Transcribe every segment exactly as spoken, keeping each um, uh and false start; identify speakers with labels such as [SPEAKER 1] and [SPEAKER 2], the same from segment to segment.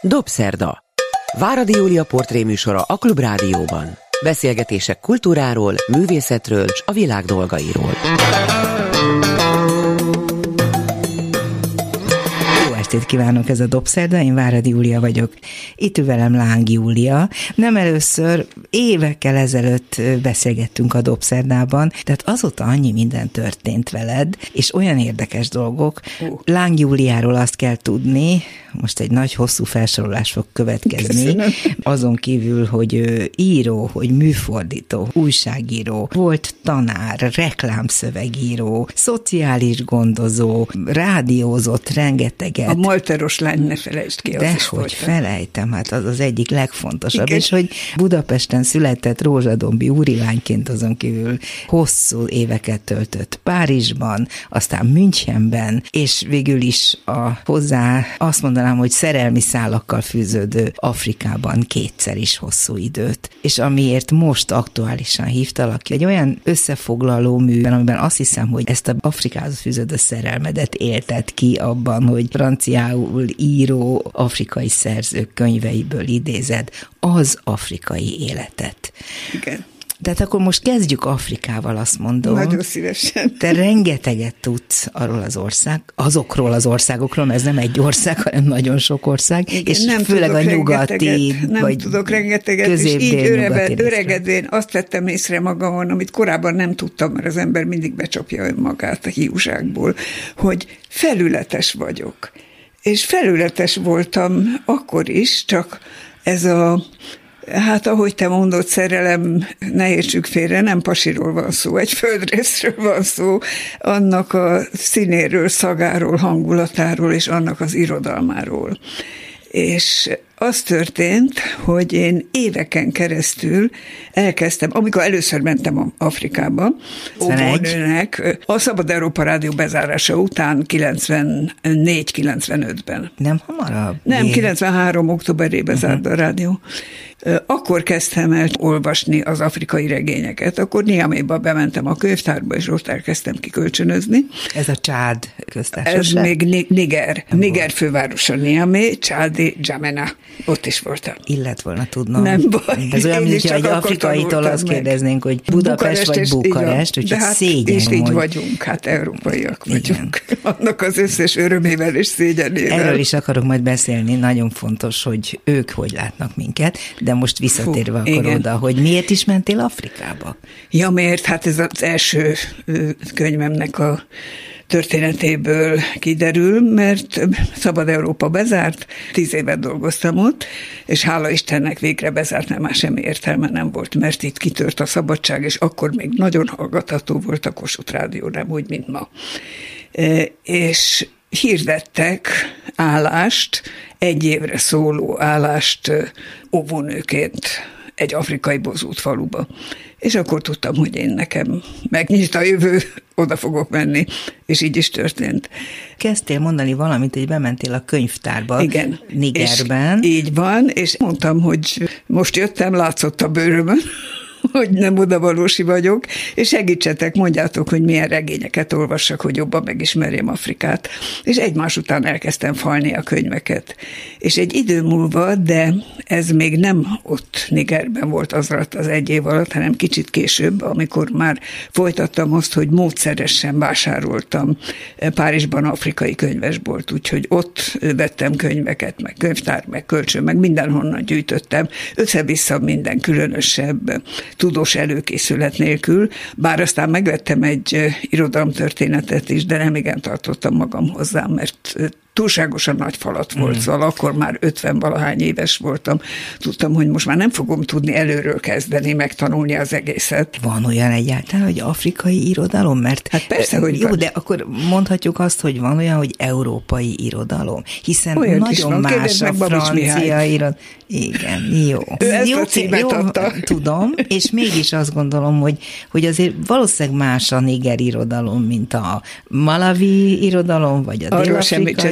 [SPEAKER 1] Dobszerda. Váradi Júlia portréműsora a Klubrádióban. Beszélgetések kultúráról, művészetről és a világ dolgairól.
[SPEAKER 2] Jó estét kívánok, ez a Dobszerda, én Váradi Júlia vagyok. Itt ül velem Láng Júlia. Nem először, évekkel ezelőtt beszélgettünk a Dobszerdában, tehát azóta annyi minden történt veled, és olyan érdekes dolgok. Uh. Láng Júliáról azt kell tudni, most egy nagy hosszú felsorolás fog következni, köszönöm. Azon kívül, hogy ő író, hogy műfordító, újságíró, volt tanár, reklámszövegíró, szociális gondozó, rádiózott rengeteget.
[SPEAKER 3] A malteros lány, ne felejtsd ki.
[SPEAKER 2] Dehogy felejtem, hát az az egyik legfontosabb, igen. És hogy Budapesten született rózsadombi úrilányként, azon kívül hosszú éveket töltött Párizsban, aztán Münchenben, és végül is a hozzá azt mondanám, hogy szerelmi szálakkal fűződő Afrikában kétszer is hosszú időt. És amiért most aktuálisan hívtalak, egy olyan összefoglaló műben, amiben azt hiszem, hogy ezt az Afrikához fűződő szerelmedet élted ki abban, hogy franciául író afrikai szerzők könyveiből idézed az afrikai életet.
[SPEAKER 3] Igen.
[SPEAKER 2] Tehát akkor most kezdjük Afrikával, azt mondom.
[SPEAKER 3] Nagyon szívesen.
[SPEAKER 2] Te rengeteget tudsz arról az ország, azokról az országokról, mert ez nem egy ország, hanem nagyon sok ország,
[SPEAKER 3] igen,
[SPEAKER 2] és
[SPEAKER 3] nem
[SPEAKER 2] főleg a nyugati,
[SPEAKER 3] nem vagy tudok rengeteget, és így öreve, öregedvén azt vettem észre magamon, amit korábban nem tudtam, mert az ember mindig becsapja önmagát a hiúságból, hogy felületes vagyok. És felületes voltam akkor is, csak ez a hát ahogy te mondod, szerelem, ne értsük félre, nem pasiról van szó, egy földrészről van szó, annak a színéről, szagáról, hangulatáról, és annak az irodalmáról. És az történt, hogy én éveken keresztül elkezdtem, amikor először mentem Afrikába, óvónőnek, a Szabad Európa Rádió bezárása után kilencvennégy kilencvenötben.
[SPEAKER 2] Nem hamarabb?
[SPEAKER 3] Nem, kilencvenhárom októberében uh-huh. zárt be a rádió. Akkor kezdtem el olvasni az afrikai regényeket, akkor Niaméba bementem a könyvtárba, és ott elkezdtem kikölcsönözni.
[SPEAKER 2] Ez a Csád köztársaság?
[SPEAKER 3] Ez még Niger. Nem Niger volt. Fővárosa Niamé, Csádi, Jamena. Ott is voltam.
[SPEAKER 2] Illet volna tudnom.
[SPEAKER 3] Nem baj.
[SPEAKER 2] Ez olyan, mint hogy egy afrikaitól azt kérdeznénk, hogy Budapest vagy Bukarest, úgyhogy
[SPEAKER 3] hát
[SPEAKER 2] szégyen.
[SPEAKER 3] És így vagyunk, hát európaiak vagyunk. Annak az összes örömével és szégyenével.
[SPEAKER 2] Erről is akarok majd beszélni, nagyon fontos, hogy ők hogy látnak minket, de most visszatérve Fú, akkor igen. oda, hogy miért is mentél Afrikába?
[SPEAKER 3] Ja, miért? Hát ez az első könyvemnek a történetéből kiderül, mert Szabad Európa bezárt, tíz évet dolgoztam ott, és hála Istennek végre bezárt, mert már semmi értelme nem volt, mert itt kitört a szabadság, és akkor még nagyon hallgatható volt a Kossuth Rádió, nem úgy, mint ma. E, és hirdettek állást, egy évre szóló állást óvónőként egy afrikai bozót faluba. És akkor tudtam, hogy én nekem megnyit a jövő, oda fogok menni, és így is történt.
[SPEAKER 2] Kezdtél mondani valamit, hogy bementél a könyvtárba.
[SPEAKER 3] Igen.
[SPEAKER 2] Nigerben.
[SPEAKER 3] És így van, és mondtam, hogy most jöttem, látszott a bőrömön, hogy nem odavalósi vagyok, és segítsetek, mondjátok, hogy milyen regényeket olvassak, hogy jobban megismerjem Afrikát. És egymás után elkezdtem falni a könyveket. És egy idő múlva, de ez még nem ott Nigerben volt az alatt az egy év alatt, hanem kicsit később, amikor már folytattam azt, hogy módszeresen vásároltam Párizsban afrikai könyvesbolt, úgyhogy ott vettem könyveket, meg könyvtár, meg kölcsön, meg mindenhonnan gyűjtöttem, össze-vissza minden különösebb tudós előkészület nélkül, bár aztán megvettem egy irodalomtörténetet is, de nem igen tartottam magam hozzá, mert túlságosan nagy falat volt, mm. szóval akkor már ötven-valahány éves voltam. Tudtam, hogy most már nem fogom tudni előről kezdeni, megtanulni az egészet.
[SPEAKER 2] Van olyan egyáltalán, hogy afrikai irodalom? Mert
[SPEAKER 3] hát persze, hogy
[SPEAKER 2] jó,
[SPEAKER 3] van.
[SPEAKER 2] De akkor mondhatjuk azt, hogy van olyan, hogy európai irodalom, hiszen
[SPEAKER 3] olyan
[SPEAKER 2] nagyon más a francia irodalom. Igen, jó.
[SPEAKER 3] Ő ezt
[SPEAKER 2] jó,
[SPEAKER 3] a címet
[SPEAKER 2] jó,
[SPEAKER 3] adta.
[SPEAKER 2] Tudom, és mégis azt gondolom, hogy, hogy azért valószínűleg más a Niger irodalom, mint a malawi irodalom, vagy a dél-afrikai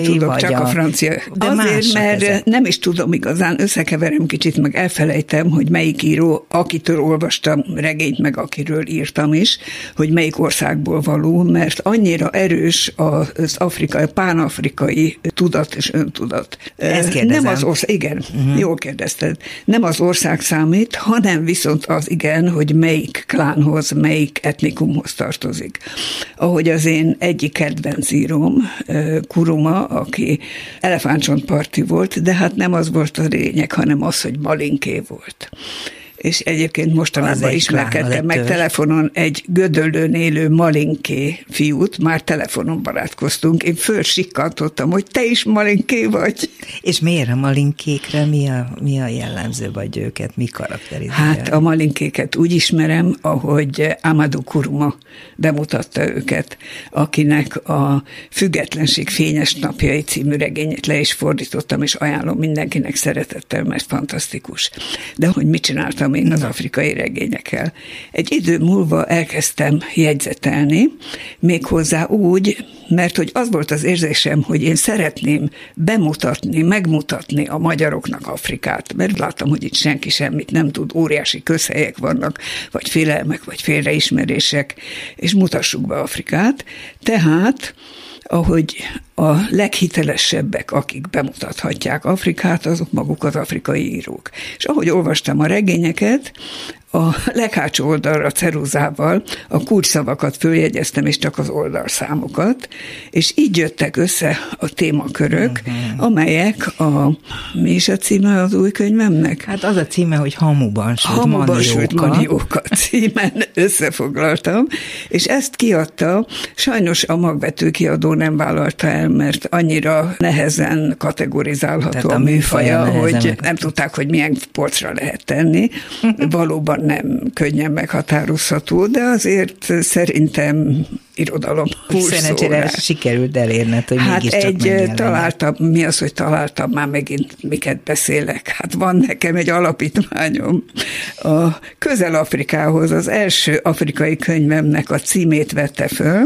[SPEAKER 3] tudok, csak a, a francia. De azért, mert ezek. Nem is tudom igazán, összekeverem kicsit, meg elfelejtem, hogy melyik író, akitől olvastam regényt, meg akiről írtam is, hogy melyik országból való, mert annyira erős az afrikai, pánafrikai tudat és öntudat.
[SPEAKER 2] Ezt kérdezem.
[SPEAKER 3] Nem az ország, igen, uh-huh. jól kérdezted. Nem az ország számít, hanem viszont az igen, hogy melyik klánhoz, melyik etnikumhoz tartozik. Ahogy az én egyik kedvenc íróm, Kuruma, aki elefántcsontparti volt, de hát nem az volt a lényeg, hanem az, hogy malinké volt. És egyébként mostanában ismerkedtem meg telefonon egy Gödöllőn élő malinké fiút, már telefonon barátkoztunk. Én fölsikkantottam, hogy te is malinké vagy.
[SPEAKER 2] És miért a malinkékre? Mi a, mi a jellemző, vagy őket? Mi karakterizálja?
[SPEAKER 3] Hát a malinkéket úgy ismerem, ahogy Amadou Kuruma bemutatta őket, akinek a Függetlenség fényes napjai című regényét le is fordítottam, és ajánlom mindenkinek szeretettel, mert fantasztikus. De hogy mit csináltam én az afrikai regényekkel. Egy idő múlva elkezdtem jegyzetelni, méghozzá úgy, mert hogy az volt az érzésem, hogy én szeretném bemutatni, megmutatni a magyaroknak Afrikát, mert láttam, hogy itt senki semmit nem tud, óriási közhelyek vannak, vagy félelmek, vagy félreismerések, és mutassuk be Afrikát. Tehát ahogy a leghitelesebbek, akik bemutathatják Afrikát, azok maguk az afrikai írók. És ahogy olvastam a regényeket, a leghátsó oldalra ceruzával a kulcsszavakat följegyeztem, és csak az oldalszámokat, és így jöttek össze a témakörök, uh-huh. amelyek a... Mi is a címe az új könyvemnek?
[SPEAKER 2] Hát az a címe, hogy Hamuban sült
[SPEAKER 3] Hamuban
[SPEAKER 2] manióka.
[SPEAKER 3] sült manióka címen összefoglaltam, és ezt kiadta, sajnos a Magvető kiadó nem vállalta el, mert annyira nehezen kategorizálható a, a műfaja, hogy nem tudták, hogy milyen polcra lehet tenni. Valóban nem könnyen meghatározható, de azért szerintem irodalom kurszórás.
[SPEAKER 2] Szerencsére sikerült elérned, hogy
[SPEAKER 3] hát
[SPEAKER 2] mégiscsak
[SPEAKER 3] egy
[SPEAKER 2] megjelenjen.
[SPEAKER 3] találtam, mi az, hogy találtam, már megint miket beszélek. Hát van nekem egy alapítványom. A Közel-Afrikához az első afrikai könyvemnek a címét vette föl,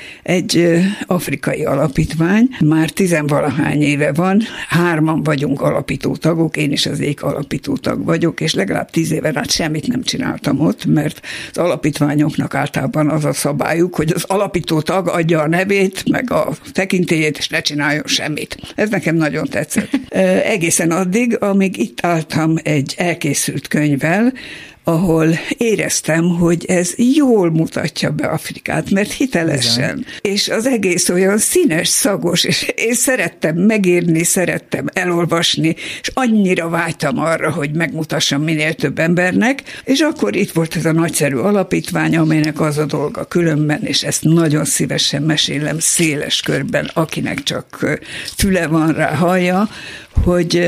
[SPEAKER 3] egy afrikai alapítvány, már tizenvalahány éve van, hárman vagyunk alapító tagok, én is az egyik alapító tag vagyok, és legalább tíz éven át semmit nem csináltam ott, mert az alapítványoknak általában az a szabályuk, hogy az alapító tag adja a nevét, meg a tekintélyét, és ne csináljon semmit. Ez nekem nagyon tetszett. Egészen addig, amíg itt álltam egy elkészült könyvvel, ahol éreztem, hogy ez jól mutatja be Afrikát, mert hitelesen. Bizony. És az egész olyan színes, szagos, és én szerettem megírni, szerettem elolvasni, és annyira vágytam arra, hogy megmutassam minél több embernek, és akkor itt volt ez a nagyszerű alapítvány, amelynek az a dolga különben, és ezt nagyon szívesen mesélem széles körben, akinek csak füle van rá, hallja, hogy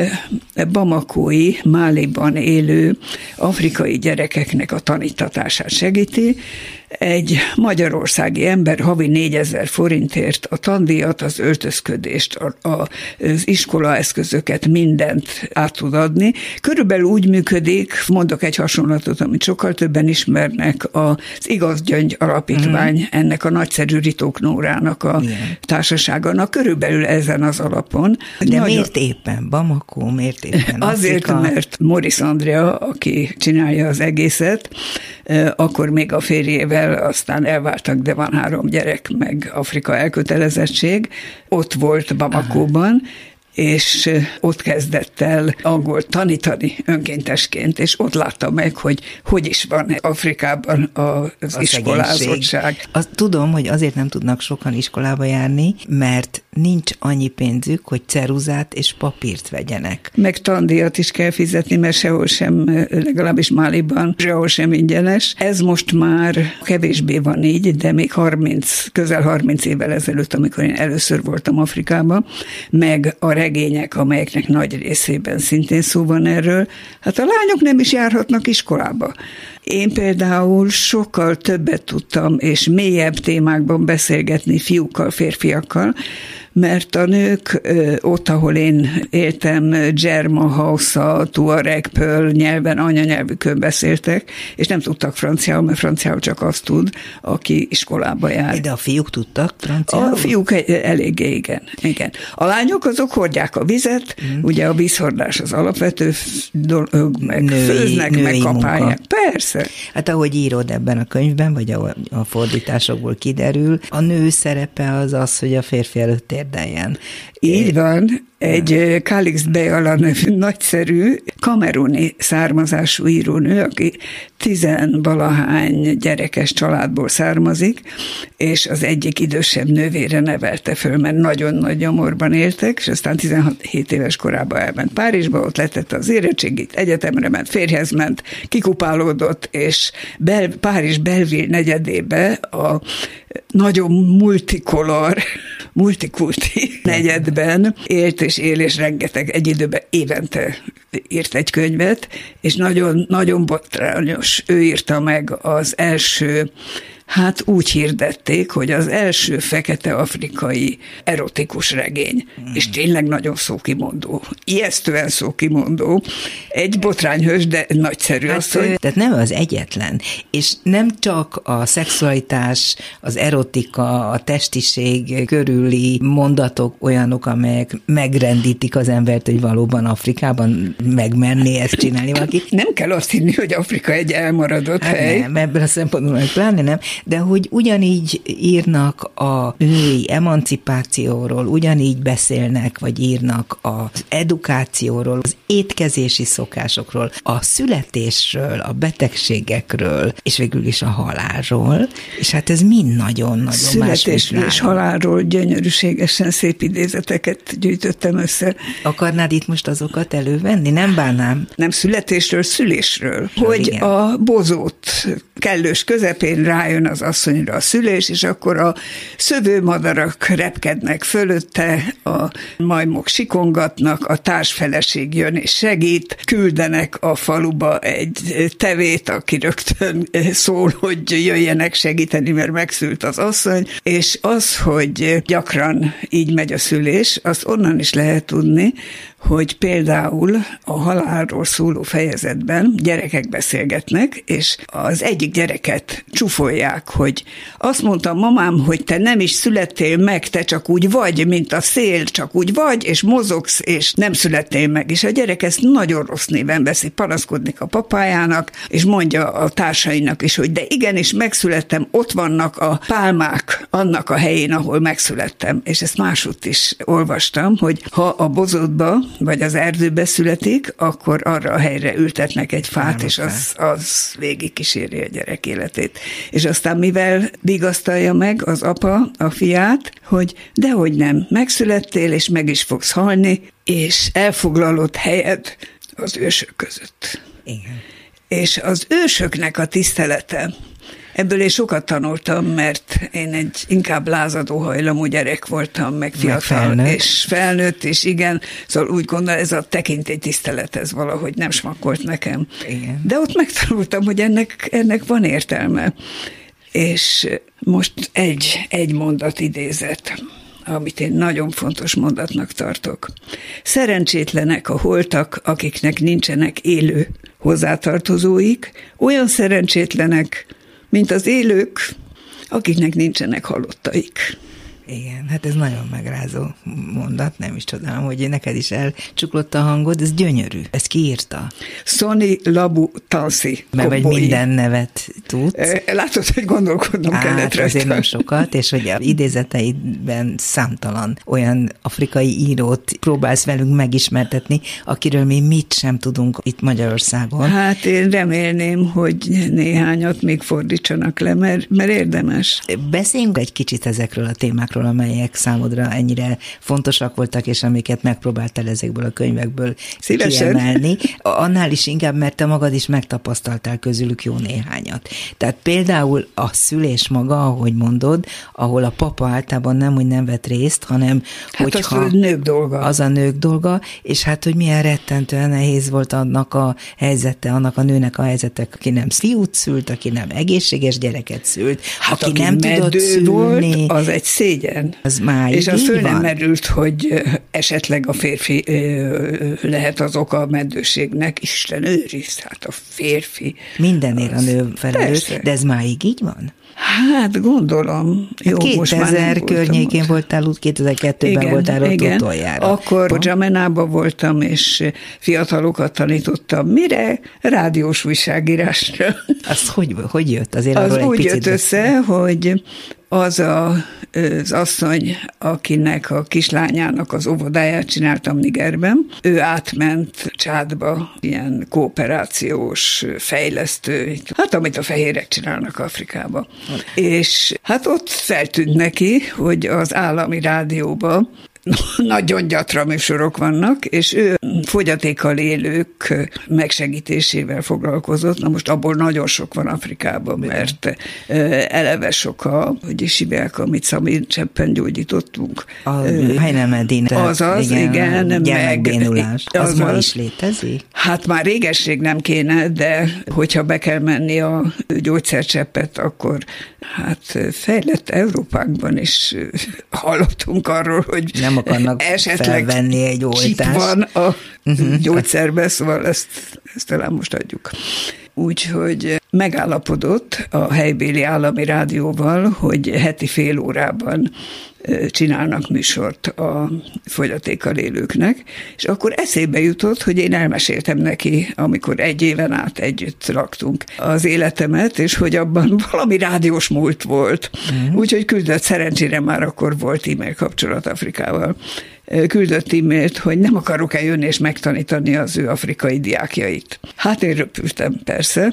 [SPEAKER 3] bamakói, Máliban élő afrikai gyerekeknek a tanítatását segíti. Egy magyarországi ember havi négyezer forintért a tandíjat, az öltözködést, a, a, az iskolaeszközöket, mindent át tud adni. Körülbelül úgy működik, mondok egy hasonlatot, amit sokkal többen ismernek, az Igaz Gyöngy Alapítvány, mm. ennek a nagyszerű Ritók Nórának a yeah. társaságának, körülbelül ezen az alapon.
[SPEAKER 2] De Nagyon... miért éppen Bamako, miért éppen
[SPEAKER 3] Azért,
[SPEAKER 2] Afrika?
[SPEAKER 3] mert Morris Andrea, aki csinálja az egészet, akkor még a férjével, aztán elváltak, de van három gyerek, meg Afrika elkötelezettség. Ott volt Bamakóban, és ott kezdett el angolt tanítani önkéntesként, és ott látta meg, hogy hogy is van Afrikában az, az iskolázottság.
[SPEAKER 2] Azt tudom, hogy azért nem tudnak sokan iskolába járni, mert nincs annyi pénzük, hogy ceruzát és papírt vegyenek.
[SPEAKER 3] Meg tandíjat is kell fizetni, mert sehol sem, legalábbis Máliban, sehol sem ingyenes. Ez most már kevésbé van így, de még harminc, közel harminc évvel ezelőtt, amikor én először voltam Afrikában, meg a regények, amelyeknek nagy részében szintén szó van erről, hát a lányok nem is járhatnak iskolába. Én például sokkal többet tudtam, és mélyebb témákban beszélgetni fiúkkal, férfiakkal, mert a nők ott, ahol én éltem, Dzserma, Hausa, Tuareg, Pöl nyelven, anyanyelvükön beszéltek, és nem tudtak franciául, mert franciául csak azt tud, aki iskolába jár.
[SPEAKER 2] De a fiúk tudtak franciául?
[SPEAKER 3] A fiúk eléggé, igen. igen. A lányok azok hordják a vizet, mm. ugye a vízhordás az alapvető dolog, meg női, főznek, női meg kapálják. Munka. Persze.
[SPEAKER 2] Hát ahogy írod ebben a könyvben, vagy a, a fordításokból kiderül, a nő szerepe az az, hogy a férfi előtt érdeljen.
[SPEAKER 3] Így van. Egy Calix Beyala nevű nagyszerű kameruni származású írónő, aki tizenvalahány gyerekes családból származik, és az egyik idősebb nővére nevelte föl, mert nagyon nagy nyomorban éltek, és aztán tizenhét éves korában elment Párizsba, ott letette az érettségit, egyetemre ment, férjhez ment, kikupálódott, és Bel- Párizs Belleville negyedébe a nagyon multikolor, multikulti negyedben élt és él, és rengeteg egy időben évente írt egy könyvet, és nagyon, nagyon botrányos. Ő írta meg az első, hát úgy hirdették, hogy az első fekete afrikai erotikus regény, mm. és tényleg nagyon szókimondó, ijesztően szókimondó, egy botrányhős, de nagyszerű hát, az, hogy...
[SPEAKER 2] Tehát nem az egyetlen, és nem csak a szexualitás, az erotika, a testiség körüli mondatok olyanok, amelyek megrendítik az embert, hogy valóban Afrikában megmenné ezt csinálni valaki.
[SPEAKER 3] Nem kell azt hinni, hogy Afrika egy elmaradott
[SPEAKER 2] hát
[SPEAKER 3] hely.
[SPEAKER 2] Nem, ebből a szempontból pláne nem, de hogy ugyanígy írnak a női emancipációról, ugyanígy beszélnek, vagy írnak az edukációról, az étkezési szokásokról, a születésről, a betegségekről, és végül is a halálról, és hát ez mind nagyon-nagyon
[SPEAKER 3] születésről és halálról gyönyörűségesen szép idézeteket gyűjtöttem össze.
[SPEAKER 2] Akarnád itt most azokat elővenni? Nem bánnám.
[SPEAKER 3] Nem születésről, szülésről. Hogy igen. A bozót kellős közepén rájön az asszonyra a szülés, és akkor a szövőmadarak repkednek fölötte, a majmok sikongatnak, a társfeleség jön és segít, küldenek a faluba egy tevét, aki rögtön szól, hogy jöjjenek segíteni, mert megszült az asszony, és az, hogy gyakran így megy a szülés, azt onnan is lehet tudni, hogy például a halálról szóló fejezetben gyerekek beszélgetnek, és az egyik gyereket csúfolják, hogy azt mondta mamám, hogy te nem is születtél meg, te csak úgy vagy, mint a szél, csak úgy vagy, és mozogsz, és nem születtél meg. És a gyerek ezt nagyon rossz néven veszi, panaszkodnik a papájának, és mondja a társainak is, hogy de igenis megszülettem, ott vannak a pálmák annak a helyén, ahol megszülettem. És ezt másutt is olvastam, hogy ha a bozótba vagy az erdőbe születik, akkor arra a helyre ültetnek egy fát, nem és az, az végig kíséri a gyerek életét. És aztán mivel vigasztalja meg az apa a fiát, hogy dehogy nem, megszülettél, és meg is fogsz halni, és elfoglalod helyed az ősök között.
[SPEAKER 2] Igen.
[SPEAKER 3] És az ősöknek a tisztelete, ebből én sokat tanultam, mert én egy inkább lázadó hajlamú gyerek voltam, meg fiatal,
[SPEAKER 2] felnőtt.
[SPEAKER 3] és felnőtt, és igen, szóval úgy gondolom, ez a tekintélytisztelet, ez valahogy nem smakkolt nekem.
[SPEAKER 2] Igen.
[SPEAKER 3] De ott megtanultam, hogy ennek, ennek van értelme. És most egy, egy mondat idézet, amit én nagyon fontos mondatnak tartok. Szerencsétlenek a holtak, akiknek nincsenek élő hozzátartozóik, olyan szerencsétlenek, mint az élők, akiknek nincsenek halottaik.
[SPEAKER 2] Igen, hát ez nagyon megrázó mondat, nem is csodálom, hogy neked is elcsuklott a hangod, ez gyönyörű. Ezt ki írta?
[SPEAKER 3] Sonny Labu Tansi.
[SPEAKER 2] Mert vagy minden nevet tudsz.
[SPEAKER 3] Látod, hogy gondolkodnom
[SPEAKER 2] hát,
[SPEAKER 3] kellett rajta.
[SPEAKER 2] azért nem sokat, és hogy a idézeteidben számtalan olyan afrikai írót próbálsz velünk megismertetni, akiről mi mit sem tudunk itt Magyarországon.
[SPEAKER 3] Hát én remélném, hogy néhányat még fordítsanak le, mert, mert érdemes.
[SPEAKER 2] Beszéljünk egy kicsit ezekről a témákról, amelyek számodra ennyire fontosak voltak, és amiket megpróbáltál ezekből a könyvekből
[SPEAKER 3] szívesen
[SPEAKER 2] kiemelni. Annál is inkább, mert te magad is megtapasztaltál közülük jó néhányat. Tehát például a szülés maga, ahogy mondod, ahol a papa általában nem, hogy nem vett részt, hanem
[SPEAKER 3] hát
[SPEAKER 2] hogyha
[SPEAKER 3] az a nők dolga.
[SPEAKER 2] Az a nők dolga, és hát, hogy milyen rettentően nehéz volt annak a helyzete, annak a nőnek a helyzete, aki nem fiút szült, aki nem egészséges gyereket szült,
[SPEAKER 3] hát
[SPEAKER 2] aki, aki nem tudott szülni.
[SPEAKER 3] Volt, az egy szégyen Igen.
[SPEAKER 2] Az máig
[SPEAKER 3] És az föl nem
[SPEAKER 2] van?
[SPEAKER 3] merült, hogy esetleg a férfi lehet az oka a meddőségnek. Isten őriz, hát a férfi.
[SPEAKER 2] Mindenért a nő felelős, de ez máig így van?
[SPEAKER 3] Hát gondolom. Jó,
[SPEAKER 2] kétezer környékén ott. Voltál, úgy kétezer-kettőben igen, voltál ott igen. utoljára.
[SPEAKER 3] Akkor N'Djamena-ban voltam, és fiatalokat tanítottam. Mire? Rádiós újságírásra.
[SPEAKER 2] Az hogy, hogy jött? Azért
[SPEAKER 3] az
[SPEAKER 2] egy
[SPEAKER 3] úgy
[SPEAKER 2] picit
[SPEAKER 3] jött össze, hogy az a, az asszony, akinek a kislányának az óvodáját csináltam Nigerben, ő átment Csádba, ilyen kooperációs, fejlesztő, hát amit a fehérek csinálnak Afrikába. És hát ott feltűnt neki, hogy az állami rádióban nagyon gyatra műsorok vannak, és ő fogyatékkal élők megsegítésével foglalkozott. Na most abból nagyon sok van Afrikában, mert eleve sok a, hogy is hívják, amit Szamir Cseppen gyógyítottunk.
[SPEAKER 2] A Heinemedin.
[SPEAKER 3] Azaz, igen. igen
[SPEAKER 2] gyermekbénulás. Az, az ma is létezik?
[SPEAKER 3] Hát már régesség nem kéne, de hogyha be kell menni a gyógyszercseppet, akkor hát fejlett Európákban is hallottunk arról, hogy
[SPEAKER 2] nem akarnak
[SPEAKER 3] esetleg
[SPEAKER 2] felvenni egy oltást.
[SPEAKER 3] Van a uh-huh. gyógyszerbe, szóval ezt, ezt talán most adjuk. Úgyhogy megállapodott a helybéli állami rádióval, hogy heti fél órában csinálnak műsort a fogyatékkal élőknek, és akkor eszébe jutott, hogy én elmeséltem neki, amikor egy éven át együtt laktunk az életemet, és hogy abban valami rádiós múlt volt. Uh-huh. Úgyhogy küldött, szerencsére már akkor volt e-mail kapcsolat Afrikával, küldött e-mailt, hogy nem akarok-e jönni és megtanítani az ő afrikai diákjait. Hát én röpültem persze.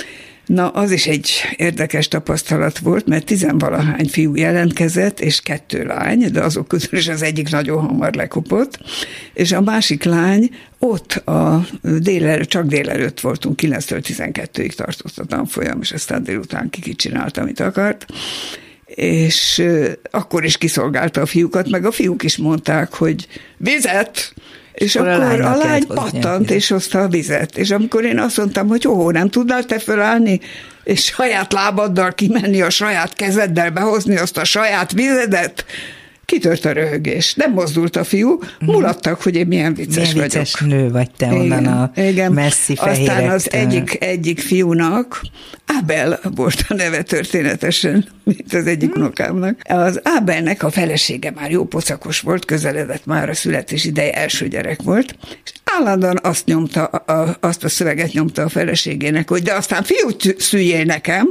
[SPEAKER 3] Na, az is egy érdekes tapasztalat volt, mert tizenvalahány fiú jelentkezett, és kettő lány, de azok közül is az egyik nagyon hamar lekopott, és a másik lány ott a délelőtt, csak délelőtt voltunk, kilenctől tizenkettőig tartott a tanfolyam, és aztán délután ki csinálta, amit akart, és akkor is kiszolgálta a fiúkat, meg a fiúk is mondták, hogy vizet, és akkor a, a lány pattant, és hozta a vizet. És amikor én azt mondtam, hogy ó, nem tudnál te fölállni, és saját lábaddal kimenni, a saját kezeddel behozni azt a saját vizedet, kitört a röhögés. Nem mozdult a fiú, mulattak, hogy én milyen vicces
[SPEAKER 2] milyen
[SPEAKER 3] vagyok.
[SPEAKER 2] Vicces nő vagy te onnan igen, a igen. messzi fehérektől.
[SPEAKER 3] Aztán az egyik, egyik fiúnak, Ábel volt a neve történetesen, mint az egyik unokámnak. Az Ábelnek a felesége már jó pocakos volt, közeledett már a születés ideje, első gyerek volt, és állandóan azt nyomta, a, azt a szöveget nyomta a feleségének, hogy de aztán fiút szüljél nekem,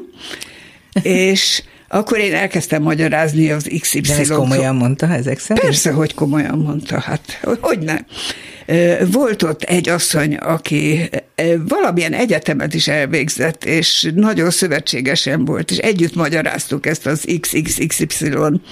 [SPEAKER 3] és akkor én elkezdtem magyarázni az iksz ipszilon.
[SPEAKER 2] De ezt komolyan mondta ezek szerint?
[SPEAKER 3] Persze, hogy komolyan mondta, hát hogy nem. Volt ott egy asszony, aki valamilyen egyetemet is elvégzett, és nagyon szövetségesen volt, és együtt magyaráztuk ezt az iksz iksz iksz ipszilon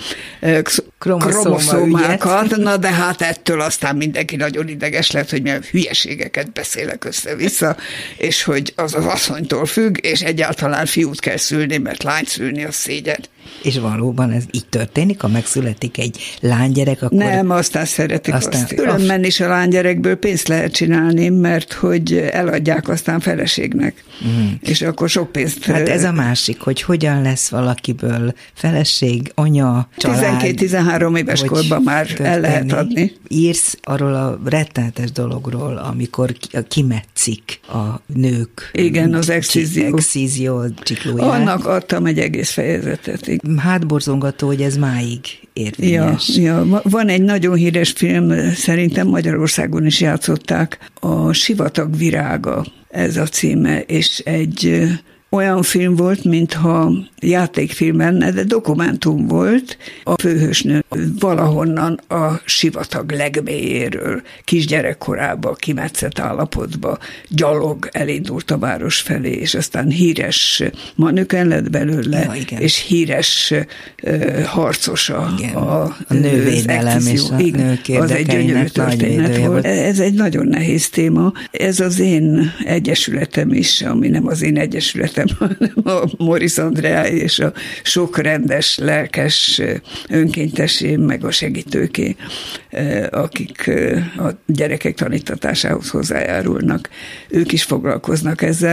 [SPEAKER 3] kromoszómákat, na de hát ettől aztán mindenki nagyon ideges lett, hogy milyen hülyeségeket beszélek össze-vissza, és hogy az az asszonytól függ, és egyáltalán fiút kell szülni, mert lányt szülni az szégyen.
[SPEAKER 2] És valóban ez így történik, ha megszületik egy lánygyerek, akkor...
[SPEAKER 3] Nem, aztán szeretik aztán azt. Különben is a lánygyerekből pénzt lehet csinálni, mert hogy eladják aztán feleségnek. Mm. És akkor sok pénzt...
[SPEAKER 2] Hát ez a másik, hogy hogyan lesz valakiből feleség, anya, család...
[SPEAKER 3] tizenkét-tizenhárom éves korban már történni. El lehet adni.
[SPEAKER 2] Írsz arról a rettenetes dologról, amikor kimetszik a nők...
[SPEAKER 3] Igen, az exízió.
[SPEAKER 2] Exízió csiklóját.
[SPEAKER 3] Annak adtam egy egész fejezetet.
[SPEAKER 2] Hátborzongató, hogy ez máig érvényes.
[SPEAKER 3] Ja, ja, van egy nagyon híres film, szerintem Magyarországon is játszották, a Sivatag virága, ez a címe, és egy olyan film volt, mintha játékfilm lenne, de dokumentum volt. A főhősnő valahonnan a sivatag legmélyéről, kisgyerekkorába, kimetszett állapotba gyalog elindult a város felé, és aztán híres manöken lett belőle, ja, és híres uh, harcosa
[SPEAKER 2] igen.
[SPEAKER 3] a,
[SPEAKER 2] a nővédelem és a
[SPEAKER 3] igen,
[SPEAKER 2] nők
[SPEAKER 3] az egy gyönyörű történet volt. Ez egy nagyon nehéz téma. Ez az én egyesületem is, ami nem az én egyesületem, hanem a Morisz Andrea és a sok rendes, lelkes önkéntesém, meg a segítőké, akik a gyerekek tanítatásához hozzájárulnak. Ők is foglalkoznak ezzel.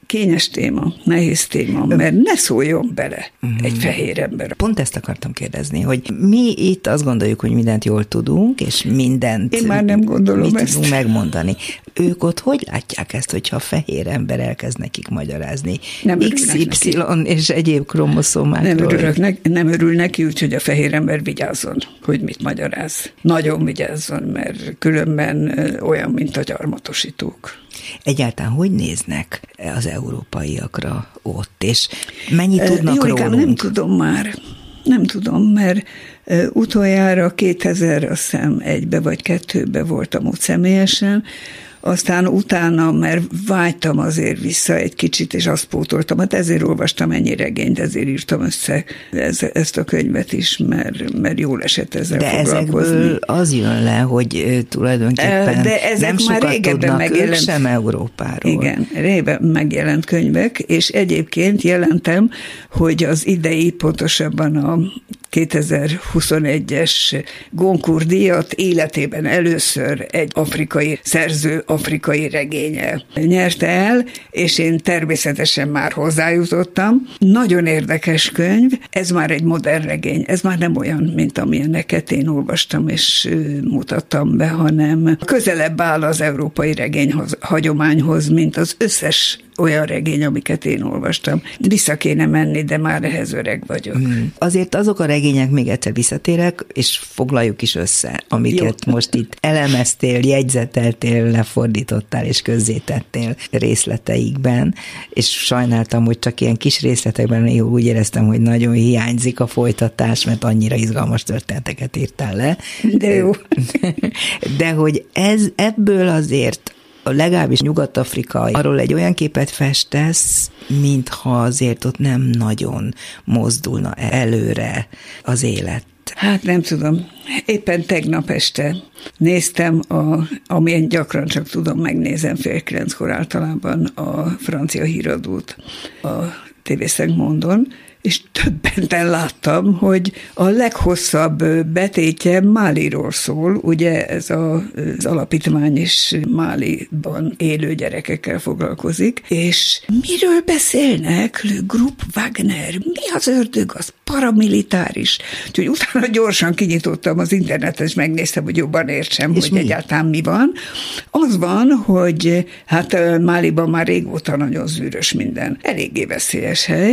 [SPEAKER 3] kényes téma, nehéz téma, mert ne szóljon bele uh-huh. egy fehér ember.
[SPEAKER 2] Pont ezt akartam kérdezni, hogy mi itt azt gondoljuk, hogy mindent jól tudunk, és mindent
[SPEAKER 3] Én már nem gondolom
[SPEAKER 2] mit
[SPEAKER 3] ezt.
[SPEAKER 2] tudunk megmondani. Ők ott hogy látják ezt, hogyha a fehér ember elkezd nekik magyarázni?
[SPEAKER 3] Nem
[SPEAKER 2] iksz ipszilon neki. És egyéb kromoszómákról.
[SPEAKER 3] Nem, örülök neki, nem örül neki, úgyhogy a fehér ember vigyázzon, hogy mit magyaráz. Nagyon vigyázzon, mert különben olyan, mint a gyarmatosítók.
[SPEAKER 2] Egyáltalán hogy néznek az európaiakra ott, és mennyit tudnak
[SPEAKER 3] Jórikám,
[SPEAKER 2] rólunk?
[SPEAKER 3] nem tudom már. Nem tudom, mert utoljára kétezer, azt hiszem egybe vagy kettőbe voltam ott személyesen, aztán utána, mert vágytam azért vissza egy kicsit, és azt pótoltam, hát ezért olvastam ennyi regényt, ezért írtam össze ez, ezt a könyvet is, mert, mert jól esett ezzel
[SPEAKER 2] De
[SPEAKER 3] foglalkozni.
[SPEAKER 2] ezekből az jön le, hogy tulajdonképpen
[SPEAKER 3] De ezek
[SPEAKER 2] nem
[SPEAKER 3] már
[SPEAKER 2] sokat
[SPEAKER 3] régebben
[SPEAKER 2] tudnak
[SPEAKER 3] megjelent,
[SPEAKER 2] ők sem Európáról.
[SPEAKER 3] Igen, régebben megjelent könyvek, és egyébként jelentem, hogy az idei, pontosabban a kétezer-huszonegyes Goncourt díjat életében először egy afrikai szerző, afrikai regénye nyerte el, és én természetesen már hozzájutottam. Nagyon érdekes könyv, ez már egy modern regény, ez már nem olyan, mint amilyeneket én olvastam és mutattam be, hanem közelebb áll az európai regény hagyományhoz, mint az összes olyan regény, amiket én olvastam. Vissza kéne menni, de már ehhez öreg vagyok. Hmm.
[SPEAKER 2] Azért azok a regények, még egyszer visszatérek, és foglaljuk is össze, amiket Jó. most itt elemeztél, jegyzeteltél, lefordítottál és közzétettél részleteikben, és sajnáltam, hogy csak ilyen kis részletekben én úgy éreztem, hogy nagyon hiányzik a folytatás, mert annyira izgalmas történeteket írtál le.
[SPEAKER 3] De jó.
[SPEAKER 2] De hogy ez ebből azért legalábbis Nyugat-Afrika, arról egy olyan képet festesz, mintha azért ott nem nagyon mozdulna előre az élet.
[SPEAKER 3] Hát nem tudom. Éppen tegnap este néztem, a, amilyen gyakran csak tudom, megnézem fél kilenckor általában a francia híradót a té vé Cinq Mondon, és többenten láttam, hogy a leghosszabb betétje Máliról szól, ugye ez a, az alapítvány is Máliban élő gyerekekkel foglalkozik, és miről beszélnek? Le Groupe Wagner, mi az ördög, az paramilitáris. Úgyhogy utána gyorsan kinyitottam az internetet, és megnéztem, hogy jobban értsem, és hogy mi? Egyáltalán mi van. Az van, hogy hát Máliban már régóta nagyon zűrös minden, eléggé veszélyes hely,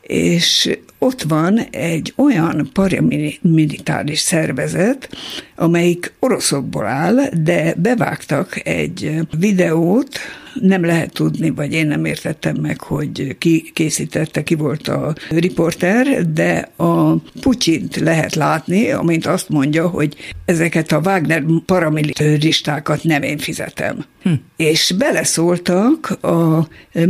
[SPEAKER 3] és ott van egy olyan paramilitáris szervezet, amelyik oroszokból áll, de bevágtak egy videót, nem lehet tudni, vagy én nem értettem meg, hogy ki készítette, ki volt a riporter, de a Putyint lehet látni, amint azt mondja, hogy ezeket a Wagner paramilitáristákat nem én fizetem. Hm. És beleszóltak a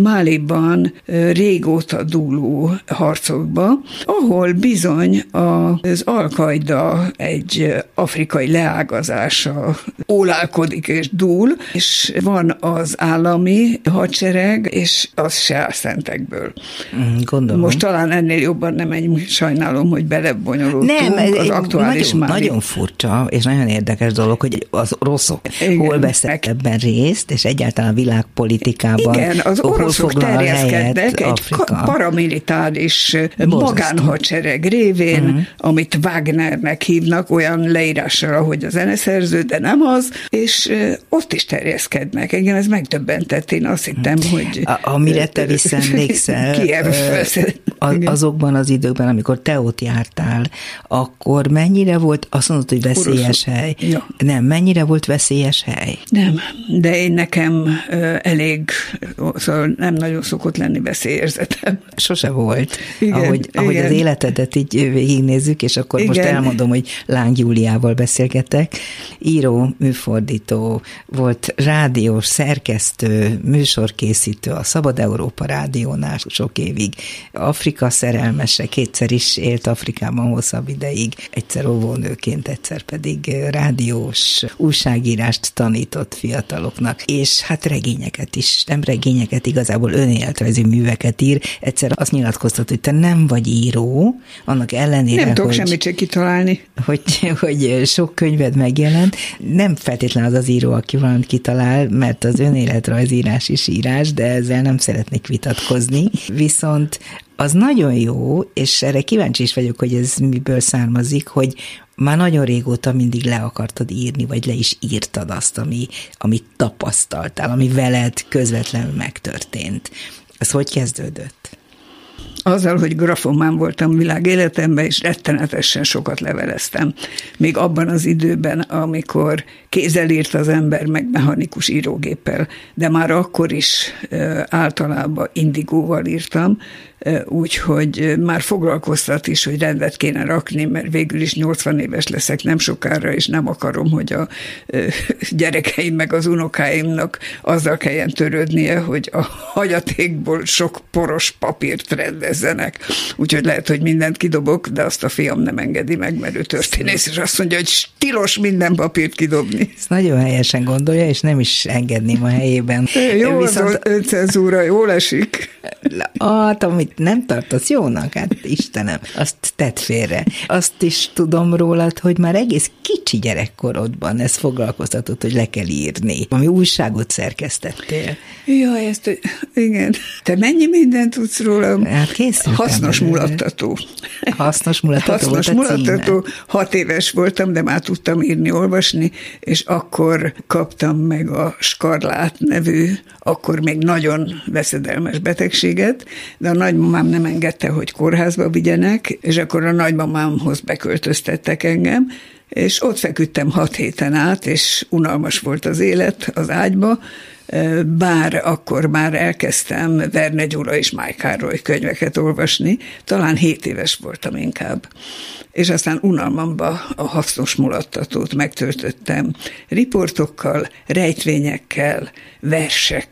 [SPEAKER 3] Máliban régóta dúló harcokba, ahol bizony az Al-Qaida egy afrikai leágazása ólálkodik és dúl, és van az állami hadsereg, és az se áll szentekből.
[SPEAKER 2] Gondolom.
[SPEAKER 3] Most talán ennél jobban nem menjünk, sajnálom, hogy belebonyolultunk
[SPEAKER 2] nem,
[SPEAKER 3] az aktuális
[SPEAKER 2] nagyon, nagyon furcsa, és nagyon érdekes dolog, hogy az oroszok igen, hol vesznek ebben részt, és egyáltalán a világpolitikában.
[SPEAKER 3] Igen, az oroszok terjeszkednek egy paramilitáris magánhadsereg révén, uh-huh. amit Wagnernek hívnak, olyan leírással, ahogy a zeneszerző, de nem az, és ott is terjeszkednek. Engem ez megdöbbentett, én azt hittem, hogy...
[SPEAKER 2] A, amire te visszaemlékszel, azokban az időkben, amikor te ott jártál, akkor mennyire volt, azt mondod, hogy veszélyes oroszok. Hely?
[SPEAKER 3] Ja.
[SPEAKER 2] Nem, mennyire volt veszélyes hely?
[SPEAKER 3] Nem, de én nekem elég, szóval nem nagyon szokott lenni veszélyérzetem.
[SPEAKER 2] Sose volt.
[SPEAKER 3] Igen,
[SPEAKER 2] ahogy, ahogy
[SPEAKER 3] igen.
[SPEAKER 2] az életedet így végignézzük, és akkor igen. most elmondom, hogy Láng Júliával beszélgetek. Író, műfordító, volt rádiós, szerkesztő, műsorkészítő a Szabad Európa Rádiónál sok évig. Afrika Afrika szerelmese, kétszer is élt Afrikában hosszabb ideig, egyszer óvónőként, egyszer pedig rádiós újságírást tanított fiataloknak, és hát regényeket is, nem regényeket, igazából önéletrajzi műveket ír. Egyszer azt nyilatkoztat, hogy te nem vagy író, annak ellenére,
[SPEAKER 3] nem tudok
[SPEAKER 2] hogy,
[SPEAKER 3] semmit se kitalálni.
[SPEAKER 2] Hogy, hogy sok könyved megjelent. Nem feltétlen az az író, aki valamit kitalál, mert az önéletrajzírás is írás, de ezzel nem szeretnék vitatkozni. Viszont az nagyon jó, és erre kíváncsi is vagyok, hogy ez miből származik, hogy már nagyon régóta mindig le akartad írni, vagy le is írtad azt, ami, amit tapasztaltál, ami veled közvetlenül megtörtént. Ez hogy kezdődött?
[SPEAKER 3] Azzal, hogy grafomán voltam világ életemben, és rettenetesen sokat leveleztem. Még abban az időben, amikor kézzel írt az ember, meg mechanikus írógéppel, de már akkor is általában indigóval írtam, úgyhogy már foglalkoztat is, hogy rendet kéne rakni, mert végül is nyolcvan éves leszek nem sokára, és nem akarom, hogy a gyerekeim meg az unokáimnak azzal kelljen törődnie, hogy a hagyatékból sok poros papírt rendezzenek. Úgyhogy lehet, hogy mindent kidobok, de azt a fiam nem engedi meg, mert ő történész, és azt mondja, hogy stilos minden papírt kidobni.
[SPEAKER 2] Ezt nagyon helyesen gondolja, és nem is engedném a helyében.
[SPEAKER 3] Jó, viszont... az öncenzúra jól esik.
[SPEAKER 2] Hát, amit nem tartasz jónak, hát Istenem, azt tedd félre. Azt is tudom rólad, hogy már egész kicsi gyerekkorodban ez foglalkoztatott, hogy le kell írni. Ami újságot szerkesztettél.
[SPEAKER 3] Jaj, ezt, igen. Te mennyi mindent tudsz rólam?
[SPEAKER 2] Hát készültem.
[SPEAKER 3] Hasznos mulattató.
[SPEAKER 2] Hasznos mulattató
[SPEAKER 3] Hasznos
[SPEAKER 2] volt a
[SPEAKER 3] mulattató. Hat éves voltam, de már tudtam írni, olvasni, és akkor kaptam meg a skarlát nevű, akkor még nagyon veszedelmes betegséget, de a nagymamám nem engedte, hogy kórházba vigyenek, és akkor a nagymamámhoz beköltöztettek engem, és ott feküdtem hat héten át, és unalmas volt az élet az ágyba, bár akkor már elkezdtem Verne Gyula és Máj Károly könyveket olvasni, talán hét éves voltam inkább. És aztán unalmamba a hasznos mulattatót megtöltöttem riportokkal, rejtvényekkel, versekkel.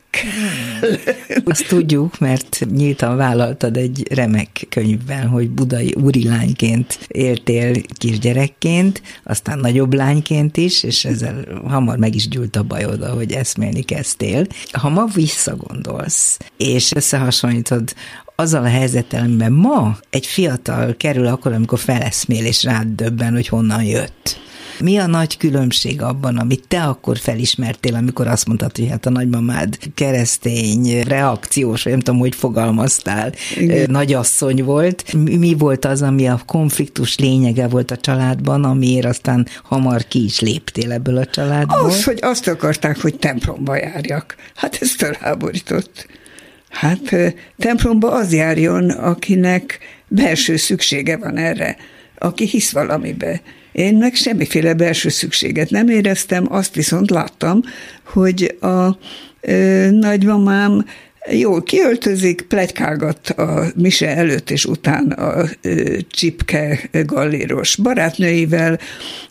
[SPEAKER 2] Azt tudjuk, mert nyíltan vállaltad egy remek könyvben, hogy budai úrilányként éltél kisgyerekként, aztán nagyobb lányként is, és ezzel hamar meg is gyűlt a bajod, ahogy eszmélni kezdtél. Ha ma visszagondolsz, és összehasonlítod azzal a helyzettel, amiben ma egy fiatal kerül akkor, amikor feleszmél és rád döbben, hogy honnan jött. Mi a nagy különbség abban, amit te akkor felismertél, amikor azt mondtad, hogy hát a nagymamád keresztény, reakciós, vagy nem tudom, hogy fogalmaztál, igen, nagyasszony volt. Mi volt az, ami a konfliktus lényege volt a családban, amiért aztán hamar ki is léptél ebből a családból?
[SPEAKER 3] Az, hogy azt akarták, hogy templomba járjak. Hát ez felháborított. Hát templomba az járjon, akinek belső szüksége van erre, aki hisz valamibe. Én meg semmiféle belső szükséget nem éreztem, azt viszont láttam, hogy a ö, nagymamám jól kiöltözik, pletykálgat a mise előtt és után a ö, csipke galléros barátnőivel,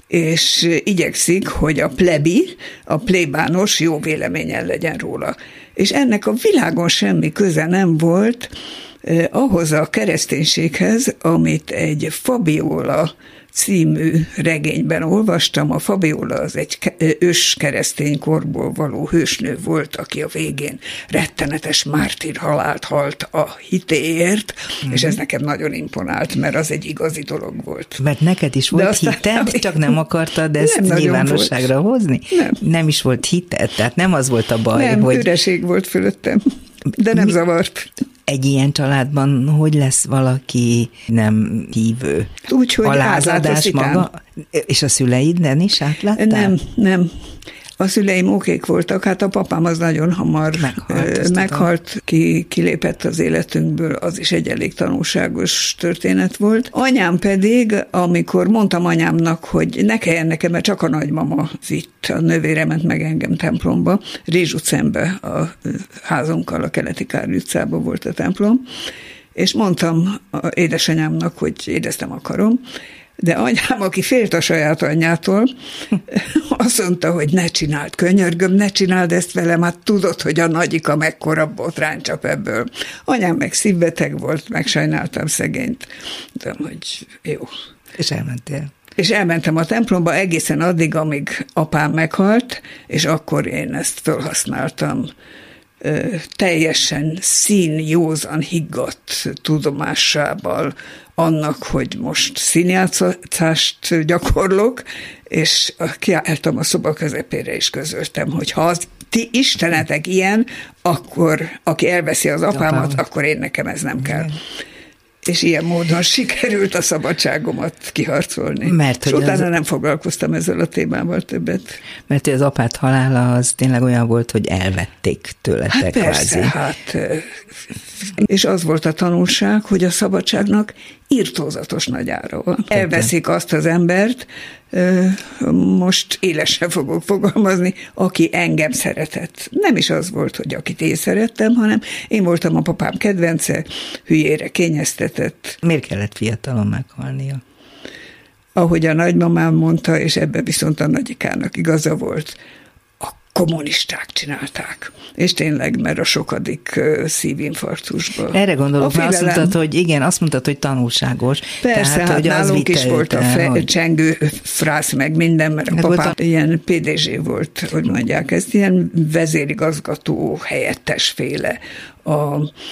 [SPEAKER 3] és igyekszik, hogy a plebi, a plébános jó véleményen legyen róla. És ennek a világon semmi köze nem volt eh, ahhoz a kereszténységhez, amit egy Fabiola című regényben olvastam. A Fabiola az egy ős keresztény korból való hősnő volt, aki a végén rettenetes mártír halált halt a hitéért, mm-hmm. és ez nekem nagyon imponált, mert az egy igazi dolog volt.
[SPEAKER 2] Mert neked is volt aztán, hited, csak nem akartad ezt nem nyilvánosságra hozni?
[SPEAKER 3] Nem.
[SPEAKER 2] Nem is volt hited, tehát nem az volt a baj,
[SPEAKER 3] nem,
[SPEAKER 2] hogy...
[SPEAKER 3] Nem, üreség volt fölöttem, de nem Mi... zavart.
[SPEAKER 2] Egy ilyen családban hogy lesz valaki nem hívő?
[SPEAKER 3] Úgy, hogy
[SPEAKER 2] alázadás maga? És a szüleiden is átláttál?
[SPEAKER 3] Nem, nem. A szüleim okék voltak, hát a papám az nagyon hamar meghalt, meghalt ki, kilépett az életünkből, az is egy elég tanulságos történet volt. Anyám pedig, amikor mondtam anyámnak, hogy ne kelljen nekem, mert csak a nagymama vitt, a nővére ment meg engem templomba, Rézs utcámba, a házunkkal, a Keleti Károly utcában volt a templom, és mondtam édesanyámnak, hogy én ezt nem akarom, De anyám, aki félt a saját anyjától, azt mondta, hogy ne csináld, könyörgöm, ne csináld ezt velem, hát tudod, hogy a nagyika mekkora botrány csap ebből. Anyám meg szívbeteg volt, megsajnáltam szegényt. De hogy jó.
[SPEAKER 2] És elmentél.
[SPEAKER 3] És elmentem a templomba egészen addig, amíg apám meghalt, és akkor én ezt felhasználtam ö, teljesen színjózan, higgadt tudomásával annak, hogy most színjátszást gyakorlok, és kiálltam a szoba közepére, és közöltem, hogy ha az ti istenetek ilyen, akkor aki elveszi az apámat, Apám. akkor én nekem ez nem kell. Igen. És ilyen módon sikerült a szabadságomat kiharcolni. Mert, és utána az... nem foglalkoztam ezzel a témával többet.
[SPEAKER 2] Mert az apád halála az tényleg olyan volt, hogy elvették tőletek
[SPEAKER 3] hát persze,
[SPEAKER 2] kvázi.
[SPEAKER 3] Hát, és az volt a tanulság, hogy a szabadságnak irtózatos nagy ára van. Elveszik azt az embert, most élesen fogok fogalmazni, aki engem szeretett. Nem is az volt, hogy akit én szerettem, hanem én voltam a papám kedvence, hülyére kényeztetett.
[SPEAKER 2] Miért kellett fiatalon meghalnia?
[SPEAKER 3] Ahogy a nagymamám mondta, és ebben viszont a nagyikának igaza volt, kommunisták csinálták. És tényleg, mert a sokadik szívinfarktusban.
[SPEAKER 2] Erre gondolok, mert azt mondtad, hogy igen, azt mondtad, hogy tanulságos.
[SPEAKER 3] Persze, tehát, hát hogy nálunk is volt a fe, hogy... csengő frász, meg minden, mert hát a papám a... ilyen pé dé zé volt, hogy mondják, ez ilyen vezérigazgató helyettesféle. A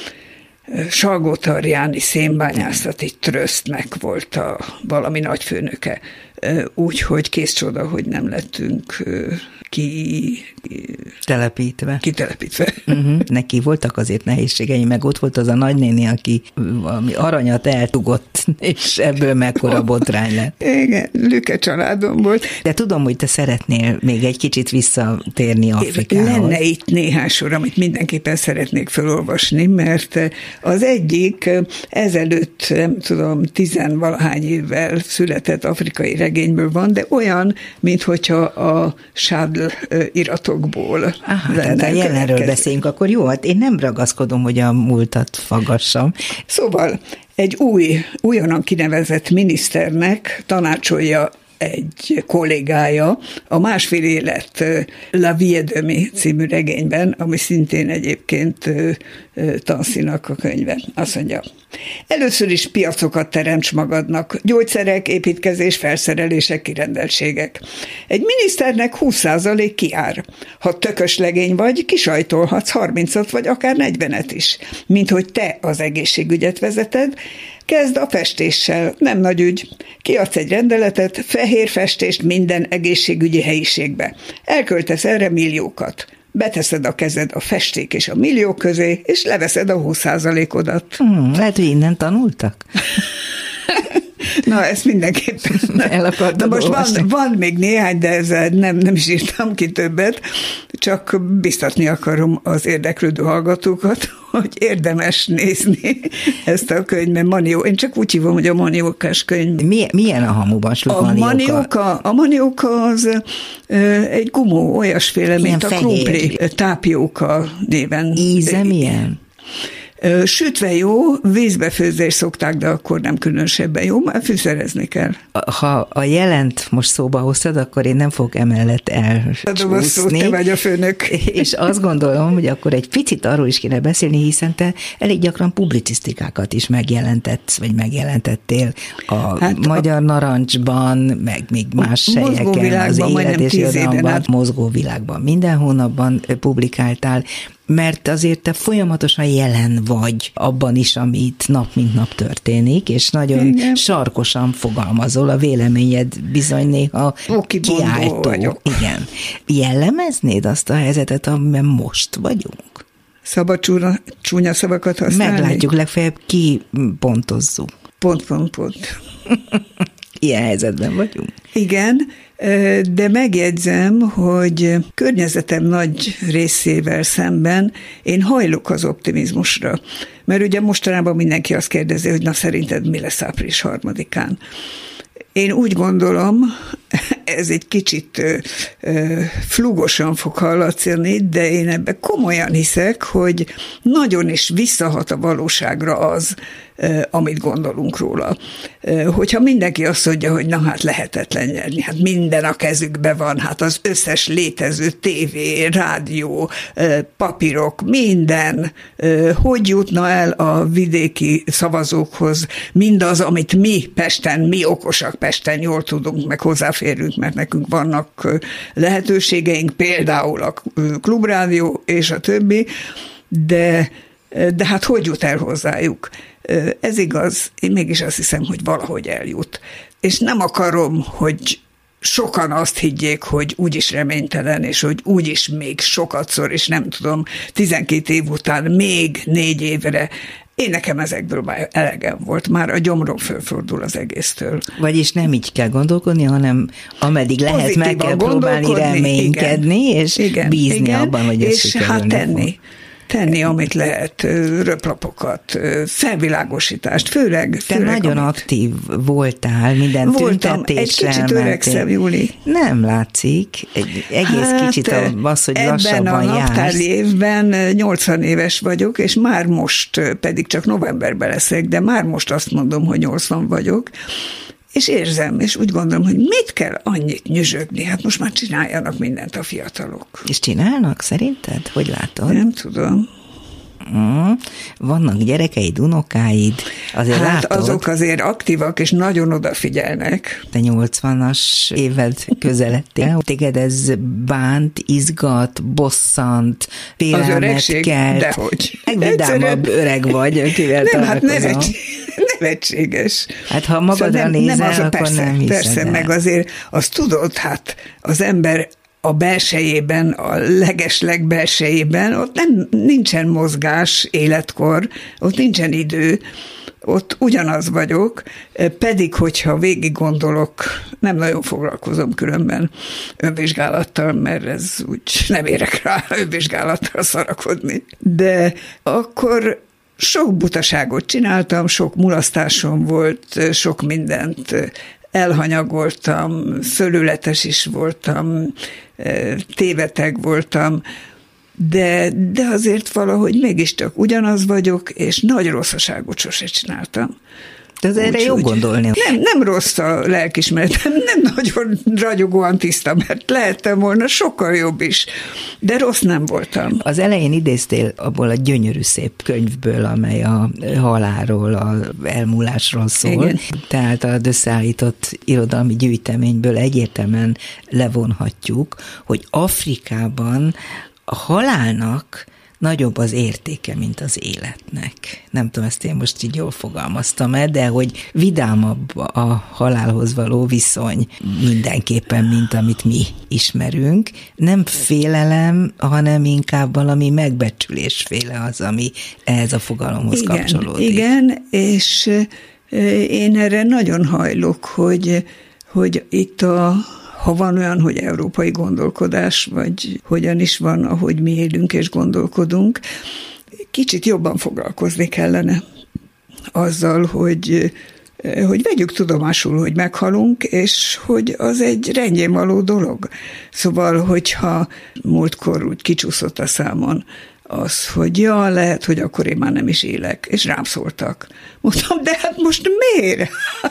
[SPEAKER 3] Salgótarjáni szénbányászati trösztnek volt a valami nagyfőnöke. Úgyhogy kész csoda, hogy nem lettünk ki...
[SPEAKER 2] Telepítve.
[SPEAKER 3] Kitelepítve.
[SPEAKER 2] Uh-huh. Neki voltak azért nehézségei, meg ott volt az a nagynéni, aki valami aranyat eltugott, és ebből mekkora botrány lett.
[SPEAKER 3] Igen, Lüke családom volt.
[SPEAKER 2] De tudom, hogy te szeretnél még egy kicsit visszatérni Afrikához.
[SPEAKER 3] Lenne itt néhány sor, amit mindenképpen szeretnék felolvasni, mert az egyik ezelőtt, nem tudom, tizenvalahány évvel született afrikai regényből van, de olyan, minthogyha a Sádl iratokból
[SPEAKER 2] Aha, tehát a jelenről beszéljünk, akkor jó, hát én nem ragaszkodom, hogy a múltat faggassam.
[SPEAKER 3] Szóval egy új, újonnan kinevezett miniszternek tanácsolja egy kollégája a Másfél élet La Vie de Mi című regényben, ami szintén egyébként Tanszynak a könyve. Azt mondja, először is piacokat teremts magadnak, gyógyszerek, építkezés, felszerelések, kirendeltségek. Egy miniszternek húsz százalék kiár. Ha tökös legény vagy, kisajtolhatsz harmincat vagy akár negyvenet is. Mint hogy te az egészségügyet vezeted, kezd a festéssel, nem nagy ügy. Kiadsz egy rendeletet, fehér festést minden egészségügyi helyiségbe. Elköltesz erre milliókat. Beteszed a kezed a festék és a millió közé, és leveszed a húsz százalékodat.
[SPEAKER 2] Hmm, lehet, hogy innen tanultak.
[SPEAKER 3] Na, ezt mindenképpen.
[SPEAKER 2] El akartam
[SPEAKER 3] most van, van még néhány, de ezzel nem, nem is írtam ki többet, csak biztatni akarom az érdeklődő hallgatókat, hogy érdemes nézni ezt a könyvet, Manió. Én csak úgy hívom, hogy a maniókás könyv.
[SPEAKER 2] Milyen, milyen a hamuban
[SPEAKER 3] a manióka? A manióka az egy gumó, olyasféle, mint a krumpli, tápióka néven.
[SPEAKER 2] Íze milyen?
[SPEAKER 3] Sütve jó, vízbe főzés szokták, de akkor nem különösebben jó, már fűszerezni kell.
[SPEAKER 2] Ha a jelent most szóba hoztad, akkor én nem fogok emellett elcsúszni.
[SPEAKER 3] Te vagy a főnök.
[SPEAKER 2] És azt gondolom, hogy akkor egy picit arról is kéne beszélni, hiszen te elég gyakran publicisztikákat is megjelentetsz, vagy megjelentettél a hát Magyar a... Narancsban, meg még más helyeken, az Élet és Irodalomban, Mozgóvilágban minden hónapban publikáltál, mert azért te folyamatosan jelen vagy abban is, amit nap mint nap történik, és nagyon igen. sarkosan fogalmazol, a véleményed bizony néha kiáltó. Igen. Jellemeznéd azt a helyzetet, amiben most vagyunk?
[SPEAKER 3] Szabad csúnya, csúnya szavakat használni?
[SPEAKER 2] Meglátjuk, legfeljebb kipontozzuk.
[SPEAKER 3] Pont, pont, pont.
[SPEAKER 2] Ilyen helyzetben vagyunk.
[SPEAKER 3] Igen, de megjegyzem, hogy környezetem nagy részével szemben én hajlok az optimizmusra. Mert ugye mostanában mindenki azt kérdezi, hogy na szerinted mi lesz április harmadikán. Én úgy gondolom, ez egy kicsit ö, ö, flugosan fog hallatszani, de én ebben komolyan hiszek, hogy nagyon is visszahat a valóságra az, ö, amit gondolunk róla. Ö, hogyha mindenki azt mondja, hogy na hát lehetetlen nyerni, hát minden a kezükben van, hát az összes létező tévé, rádió, ö, papírok, minden, ö, hogy jutna el a vidéki szavazókhoz mindaz, amit mi Pesten, mi okosak Pesten jól tudunk, meg hozzáférünk, mert nekünk vannak lehetőségeink, például a klubrádió és a többi, de, de hát hogy jut el hozzájuk? Ez igaz, én mégis azt hiszem, hogy valahogy eljut. És nem akarom, hogy sokan azt higgyék, hogy úgyis reménytelen, és hogy úgyis még sokatszor, és nem tudom, tizenkét év után még négy évre. Én nekem ezekből már elegem volt, már a gyomrom fölfordul az egésztől.
[SPEAKER 2] Vagyis nem így kell gondolkodni, hanem ameddig lehet, pozitívan meg kell próbálni reménykedni, igen, és igen, bízni igen, abban, hogy ez
[SPEAKER 3] és hát tenni. Fog. Tenni, amit lehet, röplapokat, felvilágosítást, főleg...
[SPEAKER 2] Te
[SPEAKER 3] főleg,
[SPEAKER 2] nagyon amit... aktív voltál, minden
[SPEAKER 3] voltam,
[SPEAKER 2] tüntetésre.
[SPEAKER 3] Egy kicsit öregszem, Júli.
[SPEAKER 2] Nem látszik, egy egész hát, kicsit az, hogy lassabban jársz.
[SPEAKER 3] Ebben a naptári évben nyolcvan éves vagyok, és már most, pedig csak novemberben leszek, de már most azt mondom, hogy nyolcvan vagyok, és érzem, és úgy gondolom, hogy mit kell annyit nyüzsögni? Hát most már csináljanak mindent a fiatalok.
[SPEAKER 2] És csinálnak szerinted? Hogy látod?
[SPEAKER 3] Nem tudom.
[SPEAKER 2] Mm, vannak gyerekeid, unokáid, azért
[SPEAKER 3] hát
[SPEAKER 2] látod?
[SPEAKER 3] Azok azért aktívak, és nagyon odafigyelnek.
[SPEAKER 2] Te nyolcvanas éved közeledtél. Téged ez bánt, izgat, bosszant, félelmet kelt.
[SPEAKER 3] Dehogy.
[SPEAKER 2] Legvidámabb öreg vagy, akivel
[SPEAKER 3] nem,
[SPEAKER 2] találkozom.
[SPEAKER 3] Hát nevetség, nevetséges.
[SPEAKER 2] Hát ha magadra
[SPEAKER 3] szóval nem,
[SPEAKER 2] nézel,
[SPEAKER 3] nem az a,
[SPEAKER 2] akkor
[SPEAKER 3] persze,
[SPEAKER 2] nem hiszed
[SPEAKER 3] persze,
[SPEAKER 2] el.
[SPEAKER 3] meg azért azt tudod, hát az ember a belsejében, a legesleg belsejében, ott nem, nincsen mozgás életkor, ott nincsen idő, ott ugyanaz vagyok, pedig, hogyha végig gondolok, nem nagyon foglalkozom különben önvizsgálattal, mert ez úgy nem érek rá önvizsgálattal szarakodni. De akkor sok butaságot csináltam, sok mulasztásom volt, sok mindent elhanyagoltam, fölületes is voltam, téveteg voltam, de, de azért valahogy mégiscsak ugyanaz vagyok, és nagy rosszaságot sose csináltam.
[SPEAKER 2] De az erre
[SPEAKER 3] úgy,
[SPEAKER 2] jó
[SPEAKER 3] úgy,
[SPEAKER 2] gondolni.
[SPEAKER 3] Nem, nem rossz a lelkismeretem, nem nagyon ragyogóan tiszta, mert lehettem volna sokkal jobb is, de rossz nem voltam.
[SPEAKER 2] Az elején idéztél abból a gyönyörű szép könyvből, amely a halálról, a elmúlásról szól. Igen. Tehát az összeállított irodalmi gyűjteményből egyértelműen levonhatjuk, hogy Afrikában a halálnak nagyobb az értéke, mint az életnek. Nem tudom, ezt én most így jól fogalmaztam-e, de hogy vidámabb a halálhoz való viszony mindenképpen, mint amit mi ismerünk. Nem félelem, hanem inkább valami megbecsülésféle az, ami ehhez a fogalomhoz
[SPEAKER 3] igen,
[SPEAKER 2] kapcsolódik.
[SPEAKER 3] Igen, és én erre nagyon hajlok, hogy, hogy itt a ha van olyan, hogy európai gondolkodás, vagy hogyan is van, ahogy mi élünk és gondolkodunk, kicsit jobban foglalkozni kellene azzal, hogy, hogy vegyük tudomásul, hogy meghalunk, és hogy az egy rendjén való dolog. Szóval, hogyha múltkor úgy kicsúszott a számon az, hogy ja, lehet, hogy akkor én már nem is élek, és rám szóltak. Mondtam, de hát most miért?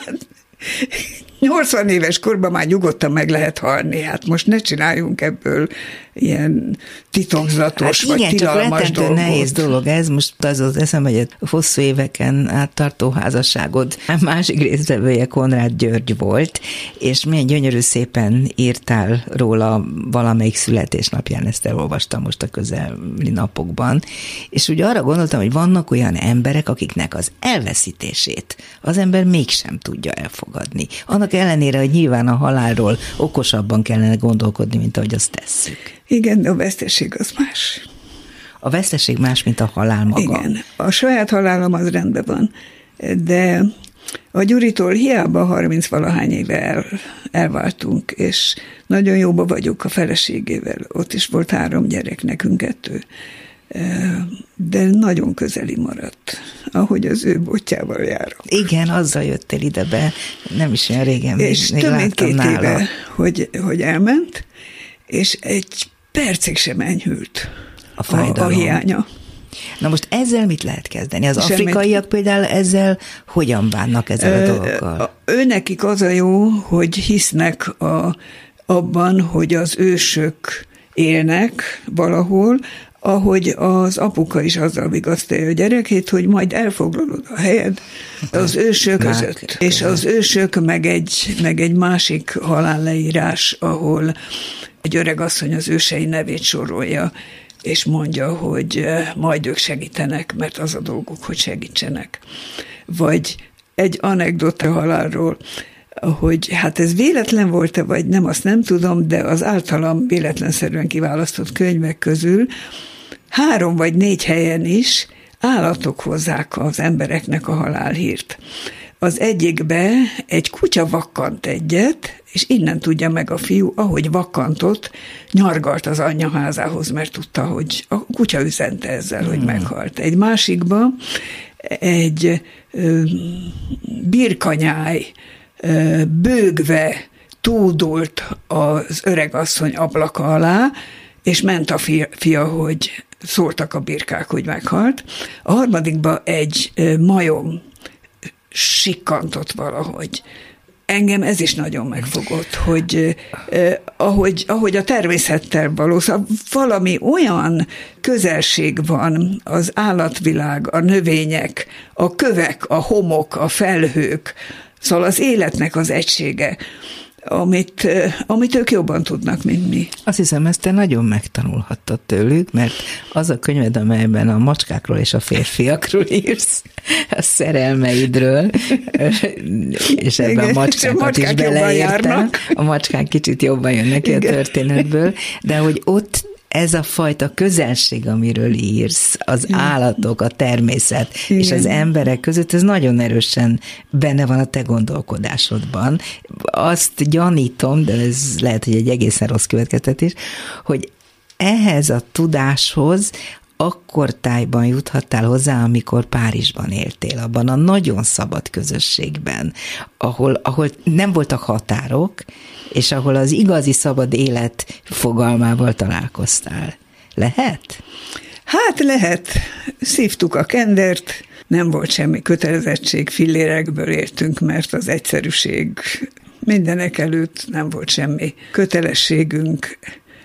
[SPEAKER 3] nyolcvan éves korban már nyugodtan meg lehet halni, hát most ne csináljunk ebből ilyen titokzatos hát vagy igen, tilalmas dolgot. Igen,
[SPEAKER 2] nehéz dolog ez, most az az eszembe, hogy a hosszú éveken áttartó házasságod a másik résztvevője Konrád György volt, és milyen gyönyörű szépen írtál róla valamelyik születésnapján, ezt elolvastam most a közeli napokban, és úgy arra gondoltam, hogy vannak olyan emberek, akiknek az elveszítését az ember mégsem tudja elfogadni. Annak ellenére, hogy nyilván a halálról okosabban kellene gondolkodni, mint ahogy azt tesszük.
[SPEAKER 3] Igen, de a veszteség az más.
[SPEAKER 2] A veszteség más, mint a halál maga.
[SPEAKER 3] Igen, a saját halálom az rendben van, de a Gyuritól hiába harminc-valahány éve el, elváltunk, és nagyon jóba vagyok a feleségével, ott is volt három gyerek, nekünk kettő. de nagyon közeli maradt, ahogy az ő botjával járok.
[SPEAKER 2] Igen, azzal jöttél ide be, nem is olyan régen.
[SPEAKER 3] És
[SPEAKER 2] még,
[SPEAKER 3] több
[SPEAKER 2] még
[SPEAKER 3] mint két
[SPEAKER 2] nála.
[SPEAKER 3] éve, hogy, hogy elment, és egy percig sem enyhült
[SPEAKER 2] a,
[SPEAKER 3] a, a hiánya.
[SPEAKER 2] Na most ezzel mit lehet kezdeni? Az
[SPEAKER 3] Semmit.
[SPEAKER 2] Afrikaiak például ezzel hogyan bánnak ezzel a dolgokkal?
[SPEAKER 3] Őnekik az a jó, hogy hisznek a, abban, hogy az ősök élnek valahol, ahogy az apuka is azzal vigasztalja a gyerekét, hogy majd elfoglalod a helyed az ősök
[SPEAKER 2] Már
[SPEAKER 3] között.
[SPEAKER 2] között.
[SPEAKER 3] És az ősök meg egy, meg egy másik halálleírás, ahol egy öreg asszony az ősei nevét sorolja, és mondja, hogy majd ők segítenek, mert az a dolguk, hogy segítsenek. Vagy egy anekdota halálról, hogy hát ez véletlen volt-e, vagy nem, azt nem tudom, de az általam véletlenszerűen kiválasztott könyvek közül három vagy négy helyen is állatok hozzák az embereknek a halálhírt. Az egyikbe egy kutya vakkant egyet, és innen tudja meg a fiú, ahogy vakkantott, nyargalt az anyja házához, mert tudta, hogy a kutya üzente ezzel, hmm. hogy meghalt. Egy másikba egy ö, birkanyáj ö, bőgve túldult az öregasszony ablaka alá, és ment a fia, fia, hogy szóltak a birkák, hogy meghalt. A harmadikba egy ö, majom sikkantott valahogy. Engem ez is nagyon megfogott, hogy eh, ahogy, ahogy a természettel való, szóval valami olyan közelség van az állatvilág, a növények, a kövek, a homok, a felhők, szóval az életnek az egysége, amit, amit ők jobban tudnak, mint mi.
[SPEAKER 2] Azt hiszem, ezt te nagyon megtanulhattad tőlük, mert az a könyved, amelyben a macskákról és a férfiakról írsz, a szerelmeidről, és ebben Igen, a macskákat is beleértem. A macskák kicsit jobban jönnek ki a történetből, de hogy ott ez a fajta közelség, amiről írsz, az Igen. állatok, a természet Igen. és az emberek között, ez nagyon erősen benne van a te gondolkodásodban. Azt gyanítom, de ez lehet, hogy egy egészen rossz következtetés, hogy ehhez a tudáshoz akkor tájban juthattál hozzá, amikor Párizsban éltél, abban a nagyon szabad közösségben, ahol, ahol nem voltak határok, és ahol az igazi szabad élet fogalmával találkoztál. Lehet?
[SPEAKER 3] Hát lehet. Szívtuk a kendert, nem volt semmi kötelezettség, fillérekből éltünk, mert az egyszerűség mindenek előtt nem volt semmi kötelességünk.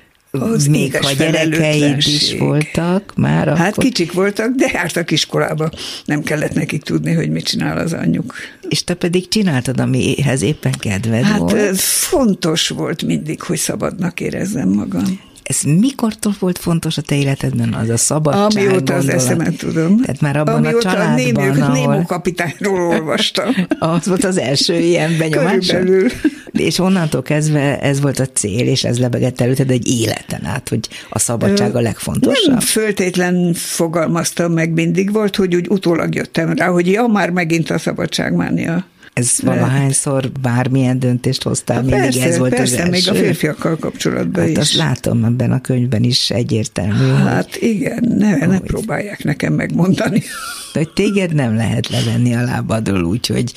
[SPEAKER 3] Az
[SPEAKER 2] még ha gyerekeid is voltak már
[SPEAKER 3] Hát
[SPEAKER 2] akkor...
[SPEAKER 3] kicsik voltak, de jártak iskolába. Nem kellett nekik tudni, hogy mit csinál az anyjuk.
[SPEAKER 2] És te pedig csináltad, amihez éppen kedved
[SPEAKER 3] hát
[SPEAKER 2] volt.
[SPEAKER 3] Hát fontos volt mindig, hogy szabadnak érezzem magam.
[SPEAKER 2] Ez mikortól volt fontos a te életedben, az a szabadság
[SPEAKER 3] Amióta az eszemet tudom.
[SPEAKER 2] Tehát már abban
[SPEAKER 3] Amióta
[SPEAKER 2] a családban,
[SPEAKER 3] a
[SPEAKER 2] ahol...
[SPEAKER 3] Némó kapitányról olvastam.
[SPEAKER 2] Az volt az első ilyen benyomása.
[SPEAKER 3] Körülbelül.
[SPEAKER 2] És onnantól kezdve ez volt a cél, és ez lebegett előtted egy életen át, hogy a szabadság a legfontosabb.
[SPEAKER 3] Nem föltétlen fogalmaztam meg, mindig volt, hogy úgy utólag jöttem rá, hogy ja, már megint a szabadságmánia.
[SPEAKER 2] Ez valahányszor bármilyen döntést hoztál, mindig
[SPEAKER 3] persze,
[SPEAKER 2] ez volt
[SPEAKER 3] persze,
[SPEAKER 2] az első?
[SPEAKER 3] még a férfiakkal kapcsolatban
[SPEAKER 2] hát
[SPEAKER 3] is.
[SPEAKER 2] Azt látom ebben a könyvben is egyértelmű.
[SPEAKER 3] Hát hogy, igen, ne, ne próbálják nekem megmondani.
[SPEAKER 2] De hogy téged nem lehet levenni a lábadról úgy, hogy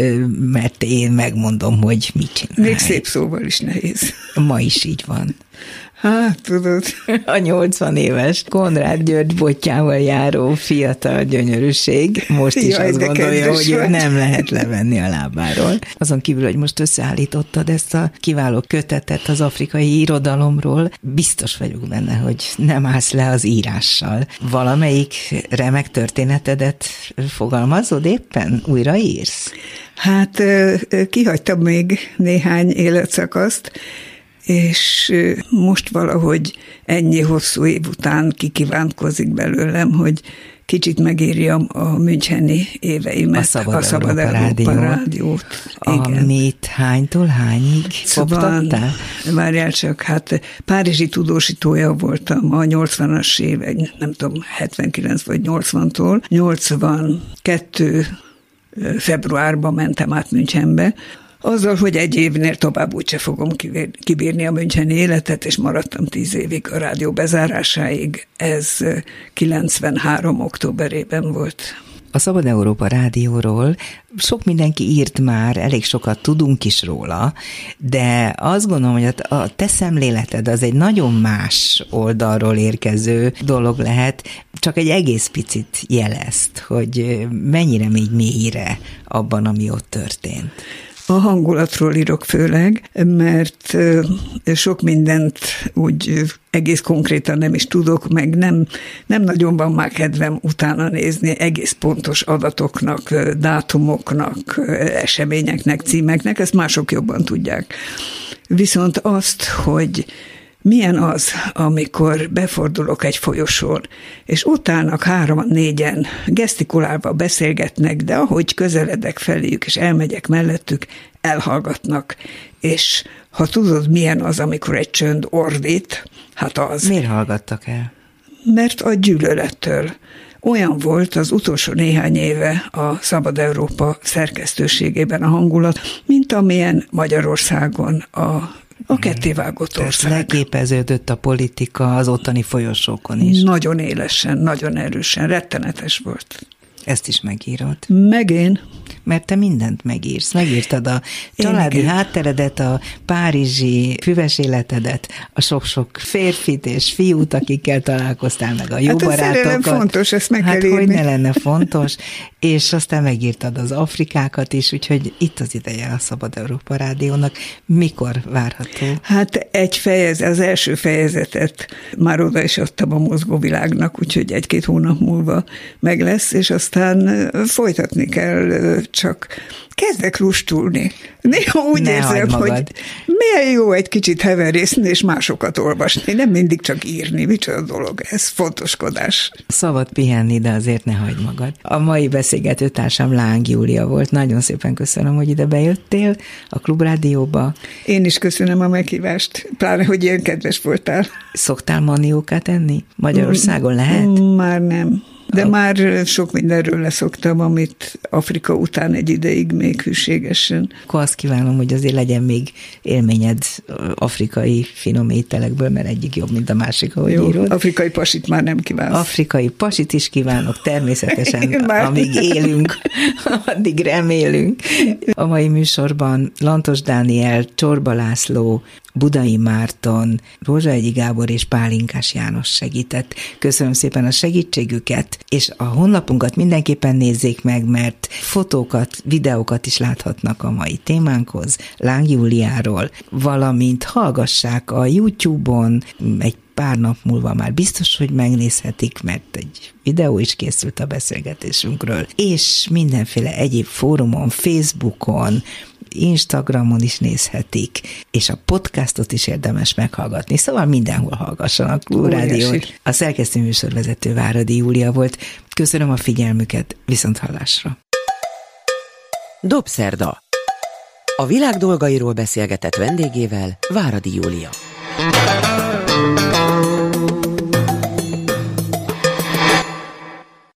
[SPEAKER 2] mert én megmondom, hogy mit csinálj.
[SPEAKER 3] Még szép szóval is nehéz.
[SPEAKER 2] Ma is így van.
[SPEAKER 3] Hát, tudod.
[SPEAKER 2] A nyolcvan éves Konrád György botjával járó fiatal gyönyörűség most is Jaj, azt gondolja, hogy ő nem lehet levenni a lábáról. Azon kívül, hogy most összeállítottad ezt a kiváló kötetet az afrikai irodalomról, biztos vagyok benne, hogy nem állsz le az írással. Valamelyik remek történetedet fogalmazod éppen? Újra írsz?
[SPEAKER 3] Hát kihagytam még néhány életszakaszt, és most valahogy ennyi hosszú év után kikívántkozik belőlem, hogy kicsit megírjam a müncheni éveimet,
[SPEAKER 2] a Szabad,
[SPEAKER 3] a Szabad
[SPEAKER 2] Európa,
[SPEAKER 3] Európa
[SPEAKER 2] Rádió.
[SPEAKER 3] Rádiót. Igen.
[SPEAKER 2] Amit hánytól hányig koptattál?
[SPEAKER 3] Várjál csak, hát párizsi tudósítója voltam a nyolcvanas évek, nem tudom, hetvenkilenc vagy nyolcvantól. nyolcvankettő februárban mentem át Münchenbe, Azzal, hogy egy évnél tovább úgyse fogom kibírni a müncheni életet, és maradtam tíz évig a rádió bezárásáig. Ez kilencvenhárom októberében volt.
[SPEAKER 2] A Szabad Európa Rádióról sok mindenki írt már, elég sokat tudunk is róla, de azt gondolom, hogy a te szemléleted az egy nagyon más oldalról érkező dolog lehet, csak egy egész picit jelezt, hogy mennyire még mélyre abban, ami ott történt.
[SPEAKER 3] A hangulatról írok főleg, mert sok mindent úgy egész konkrétan nem is tudok, meg nem, nem nagyon van már kedvem utána nézni egész pontos adatoknak, dátumoknak, eseményeknek, címeknek, ezt mások jobban tudják. Viszont azt, hogy milyen az, amikor befordulok egy folyosón, és utána hárman, négyen gesztikulálva beszélgetnek, de ahogy közeledek feléjük, és elmegyek mellettük, elhallgatnak. És ha tudod, milyen az, amikor egy csönd ordít, hát az.
[SPEAKER 2] Miért hallgattak el?
[SPEAKER 3] Mert a gyűlölettől. Olyan volt az utolsó néhány éve a Szabad Európa szerkesztőségében a hangulat, mint amilyen Magyarországon a A kettévágott ország.
[SPEAKER 2] Leképeződött a politika az ottani folyosókon is.
[SPEAKER 3] Nagyon élesen, nagyon erősen, rettenetes volt.
[SPEAKER 2] Ezt is megírod.
[SPEAKER 3] Meg én.
[SPEAKER 2] Mert te mindent megírsz. Megírtad a családi én hátteredet, a párizsi füves életedet, a sok-sok férfit és fiút, akikkel találkoztál, meg a jó
[SPEAKER 3] hát
[SPEAKER 2] barátokat.
[SPEAKER 3] Hát fontos, ezt meg
[SPEAKER 2] hát
[SPEAKER 3] kell írni.
[SPEAKER 2] hogy ne lenne fontos. És aztán megírtad az Afrikákat is, úgyhogy itt az ideje a Szabad Európa Rádiónak. Mikor várható?
[SPEAKER 3] Hát egy fejezet, az első fejezetet már oda is adtam a mozgóvilágnak, úgyhogy egy-két hónap múlva meg lesz, és aztán folytatni kell, csak kezdek lustulni. Néha úgy
[SPEAKER 2] ne
[SPEAKER 3] érzem, hogy milyen jó egy kicsit heverészni és másokat olvasni, nem mindig csak írni. Micsoda dolog, ez fontoskodás.
[SPEAKER 2] Szabad pihenni, de azért ne hagyd magad. A mai beszélgető társam Láng Júlia volt. Nagyon szépen köszönöm, hogy ide bejöttél a Klubrádióba.
[SPEAKER 3] Én is köszönöm a meghívást, pláne, hogy ilyen kedves voltál.
[SPEAKER 2] Szoktál maniókát enni? Magyarországon lehet?
[SPEAKER 3] Már nem. De a... már sok mindenről leszoktam, amit Afrika után egy ideig még hűségesen.
[SPEAKER 2] Akkor azt kívánom, hogy azért legyen még élményed afrikai finom ételekből, mert egyik jobb, mint a másik, ahogy
[SPEAKER 3] jó,
[SPEAKER 2] írod.
[SPEAKER 3] Afrikai pasit már nem kívánsz.
[SPEAKER 2] Afrikai pasit is kívánok, természetesen, amíg élünk, addig remélünk. A mai műsorban Lantos Dániel, Csorba László, Budai Márton, Rózsaegyi Gábor és Pálinkás János segített. Köszönöm szépen a segítségüket, és a honlapunkat mindenképpen nézzék meg, mert fotókat, videókat is láthatnak a mai témánkhoz, Láng Júliáról, valamint hallgassák a YouTube-on, egy pár nap múlva már biztos, hogy megnézhetik, mert egy videó is készült a beszélgetésünkről, és mindenféle egyéb fórumon, Facebookon, Instagramon is nézhetik, és a podcastot is érdemes meghallgatni, szóval mindenhol hallgassanak Klubrádiót. A szerkesztő műsorvezető Váradi Júlia volt. Köszönöm a figyelmüket, viszont hallásra.
[SPEAKER 1] Dobszerda. A világ dolgairól beszélgetett vendégével Váradi Júlia.